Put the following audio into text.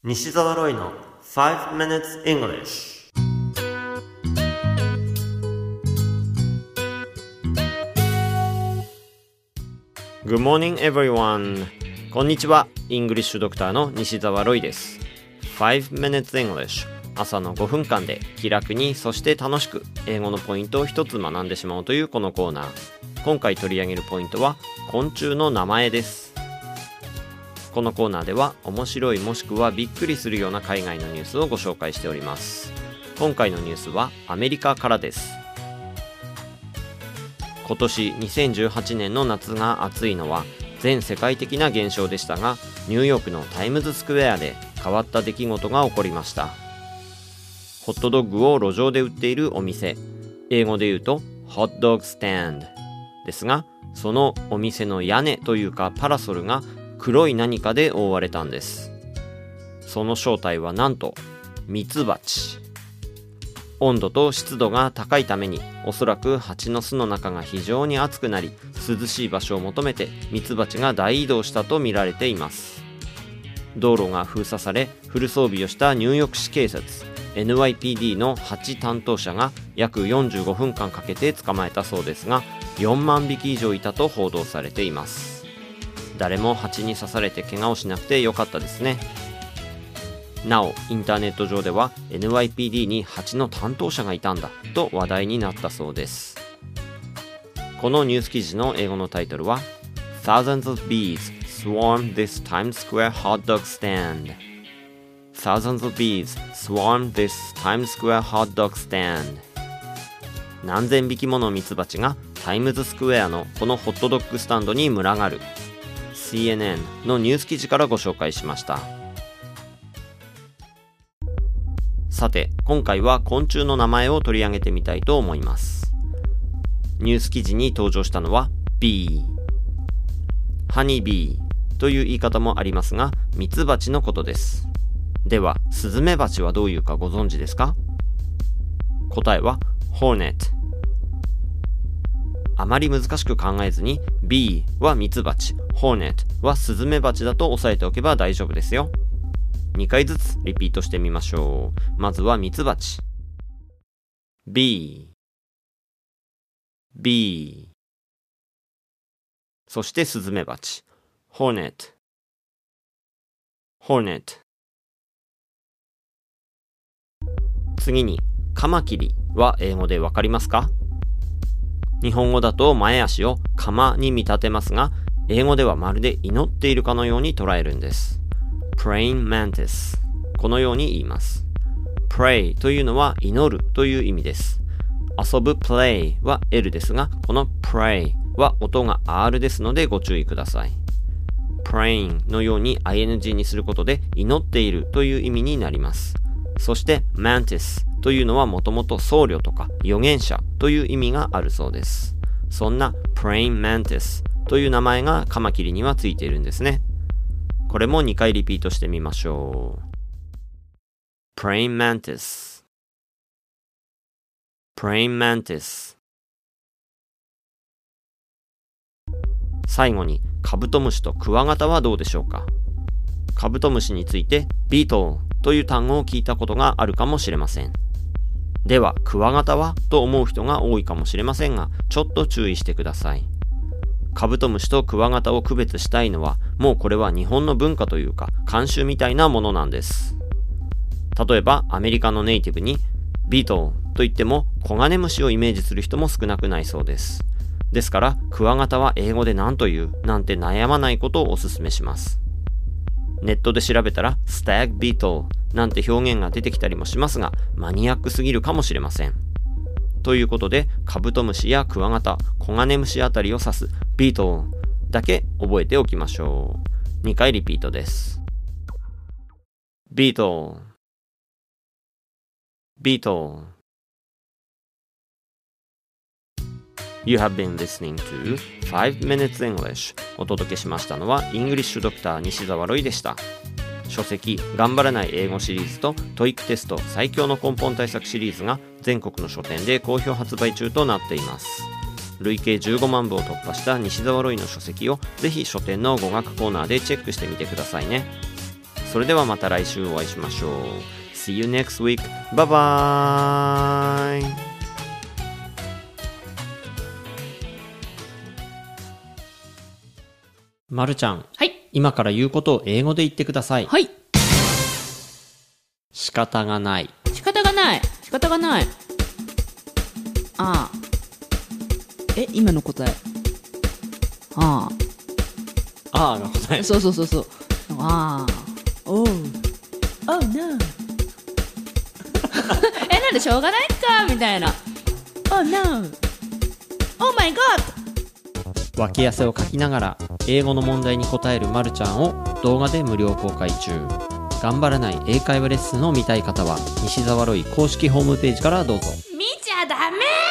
西澤ロイの5 minutes English。Good morning everyone。こんにちは。イングリッシュドクターの西澤ロイです。5 minutes English。朝の5分間で気楽にそして楽しく英語のポイントを一つ学んでしまおうというこのコーナー。今回取り上げるポイントは昆虫の名前です。このコーナーでは面白いもしくはびっくりするような海外のニュースをご紹介しております。今回のニュースはアメリカからです。今年2018年の夏が暑いのは全世界的な現象でしたが、ニューヨークのタイムズスクエアで変わった出来事が起こりました。ホットドッグを路上で売っているお店、英語で言うとホットドッグスタンドですが、そのお店の屋根というかパラソルが黒い何かで覆われたんです。その正体はなんとミツバチ。温度と湿度が高いために、おそらく蜂の巣の中が非常に暑くなり、涼しい場所を求めてミツバチが大移動したと見られています。道路が封鎖され、フル装備をしたニューヨーク市警察NYPD の蜂担当者が約45分間かけて捕まえたそうですが、4万匹以上いたと報道されています。誰も蜂に刺されて怪我をしなくてよかったですね。なお、インターネット上では NYPD に蜂の担当者がいたんだと話題になったそうです。このニュース記事の英語のタイトルは Thousands of bees swarm this Times Square hot dog stand。Thousands of bees swarm this Times Square hot dog stand。 何千匹ものミツバチがタイムズスクエアのこのホットドッグスタンドに群がる。 CNN のニュース記事からご紹介しました。さて、今回は昆虫の名前を取り上げてみたいと思います。ニュース記事に登場したのは bee、 ハニービーという言い方もありますが、ミツバチのことです。では、スズメバチはどういうかご存知ですか？答えは Hornet。 あまり難しく考えずに Bee はミツバチ、Hornet はスズメバチだと押さえておけば大丈夫ですよ。2回ずつリピートしてみましょう。まずはミツバチ Bee、 Bee。 そしてスズメバチ Hornet、 Hornet。次に、カマキリは英語でわかりますか？日本語だと前足をカマに見立てますが、英語ではまるで祈っているかのように捉えるんです。Praying mantis。このように言います。Pray というのは祈るという意味です。遊ぶ play は L ですが、この pray は音が R ですのでご注意ください。Praying のように ing にすることで祈っているという意味になります。そして mantis というのはもともと僧侶とか預言者という意味があるそうです。そんな praying mantis という名前がカマキリにはついているんですね。これも2回リピートしてみましょう。praying mantis、 praying mantis。 最後に、カブトムシとクワガタはどうでしょうか？カブトムシについてビートルという単語を聞いたことがあるかもしれません。では、クワガタはと思う人が多いかもしれませんが、ちょっと注意してください。カブトムシとクワガタを区別したいのは、もうこれは日本の文化というか慣習みたいなものなんです。例えばアメリカのネイティブにビートルと言ってもコガネムシをイメージする人も少なくないそうです。ですからクワガタは英語で何というなんて悩まないことをお勧めします。ネットで調べたらスタグビートルなんて表現が出てきたりもしますが、マニアックすぎるかもしれません。ということで、カブトムシやクワガタ、コガネムシあたりを指すビートルだけ覚えておきましょう。2回リピートです。ビートル、ビートル。You have been listening to 5 minutes English。 お届けしましたのはイングリッシュドクター西澤ロイでした。書籍頑張らない英語シリーズと TOEIC テスト最強の根本対策シリーズが全国の書店で好評発売中となっています。累計15万部を突破した西澤ロイの書籍をぜひ書店の語学コーナーでチェックしてみてくださいね。 それではまた来週お会いしましょう。 See you next week. Bye bye. まるちゃん、 はい。 今から言うことを英語で言ってください。 はい。 仕方がない。 仕方がない。仕方がない。ああ。今の答え。ああ。 ああが答え。 そう。ああ。おう。Oh no. なんでしょうがないかみたいな。Oh no. Oh my god. 脇汗をかきながら英語の問題に答えるまるちゃんを動画で無料公開中。頑張らない英会話レッスンを見たい方は西澤ロイ公式ホームページからどうぞ。 見ちゃダメ。